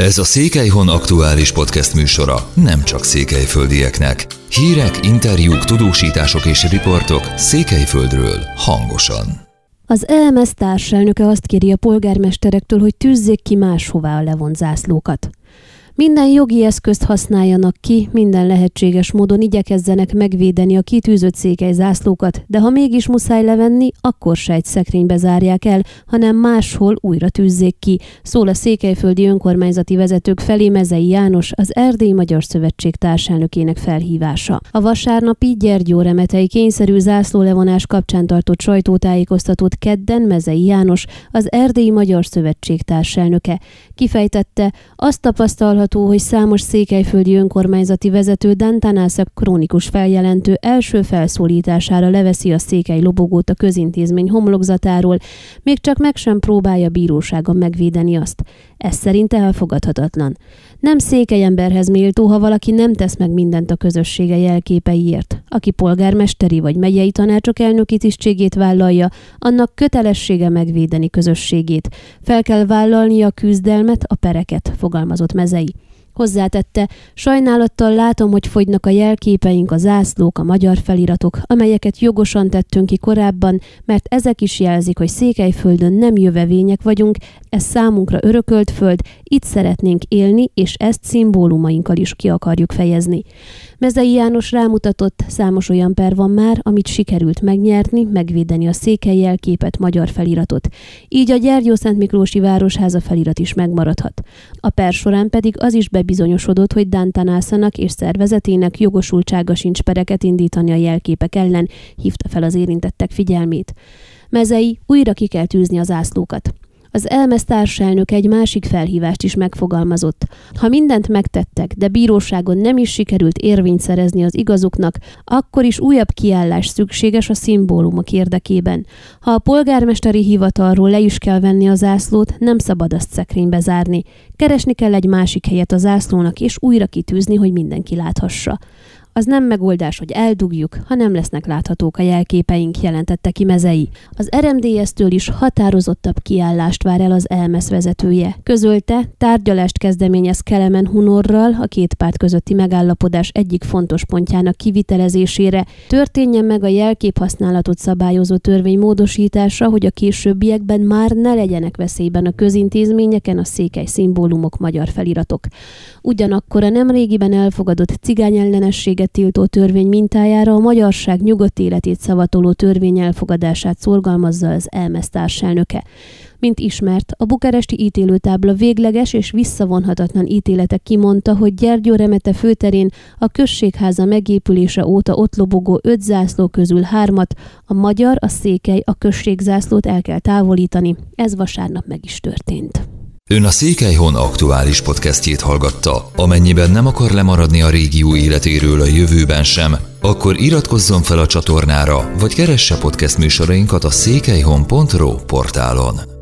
Ez a Székelyhon aktuális podcast műsora nem csak székelyföldieknek. Hírek, interjúk, tudósítások és riportok Székelyföldről hangosan. Az EMSZ társelnöke azt kéri a polgármesterektől, hogy tűzzék ki máshová a levont zászlókat. Minden jogi eszközt használjanak ki, minden lehetséges módon igyekezzenek megvédeni a kitűzött székely zászlókat, de ha mégis muszáj levenni, akkor se egy szekrénybe zárják el, hanem máshol újra tűzzék ki, szól a székelyföldi önkormányzati vezetők felé Mezei János, az Erdélyi Magyar Szövetség társelnökének felhívása. A vasárnapi Gyergyóremetei kényszerű zászlólevonás kapcsán tartott sajtótájékoztatót kedden Mezei János, az Erdélyi Magyar Szövetség társelnöke. Kifejtette, azt tapasztalható, hogy számos székelyföldi önkormányzati vezető Dantanászak krónikus feljelentő első felszólítására leveszi a székely lobogót a közintézmény homlokzatáról, még csak meg sem próbálja bíróságon megvédeni azt. Ez szerinte elfogadhatatlan. Nem székely emberhez méltó, ha valaki nem tesz meg mindent a közössége jelképeiért. Aki polgármesteri vagy megyei tanácsok elnöki tisztségét vállalja, annak kötelessége megvédeni közösségét. Fel kell vállalnia a küzdelmet, a pereket, fogalmazott Mezei. Hozzátette, sajnálattal látom, hogy fogynak a jelképeink, a zászlók, a magyar feliratok, amelyeket jogosan tettünk ki korábban, mert ezek is jelzik, hogy Székelyföldön nem jövevények vagyunk, ez számunkra örökölt föld, itt szeretnénk élni, és ezt szimbólumainkkal is ki akarjuk fejezni. Mezei János rámutatott, számos olyan per van már, amit sikerült megnyerni, megvédeni a székely jelképet, magyar feliratot. Így a Gyergyószentmiklósi Városháza felirat is megmaradhat. A per során pedig az is bebizonyosodott, hogy Dantanászanak és szervezetének jogosultsága sincs pereket indítani a jelképek ellen, hívta fel az érintettek figyelmét. Mezei, újra ki kell tűzni a zászlókat. Az EMSZ társelnök egy másik felhívást is megfogalmazott. Ha mindent megtettek, de bíróságon nem is sikerült érvényt szerezni az igazuknak, akkor is újabb kiállás szükséges a szimbólumok érdekében. Ha a polgármesteri hivatalról le is kell venni a zászlót, nem szabad azt szekrénybe zárni. Keresni kell egy másik helyet a zászlónak, és újra kitűzni, hogy mindenki láthassa. Az nem megoldás, hogy eldugjuk, ha nem lesznek láthatók a jelképeink, jelentette ki Mezei. Az RMDSZ-től is határozottabb kiállást vár el az EMSZ vezetője. Közölte, tárgyalást kezdeményez Kelemen Hunorral a két párt közötti megállapodás egyik fontos pontjának kivitelezésére. Történjen meg a jelképhasználatot szabályozó törvény módosítása, hogy a későbbiekben már ne legyenek veszélyben a közintézményeken a székely szimbólumok, magyar feliratok. Ugyanakkor a nemrégiben elfogadott cigányellenességet tiltó törvény mintájára a magyarság nyugodt életét szavatoló törvény elfogadását szorgalmazza az EMSZ társelnöke. Mint ismert, a bukaresti ítélőtábla végleges és visszavonhatatlan ítélete kimondta, hogy Gyergyóremete főterén a községháza megépülése óta ott lobogó 5 zászló közül 3-at, a magyar, a székely, a községzászlót el kell távolítani. Ez vasárnap meg is történt. Ön a Székelyhon aktuális podcastjét hallgatta. Amennyiben nem akar lemaradni a régió életéről a jövőben sem, akkor iratkozzon fel a csatornára, vagy keresse podcast műsorainkat a székelyhon.ro portálon.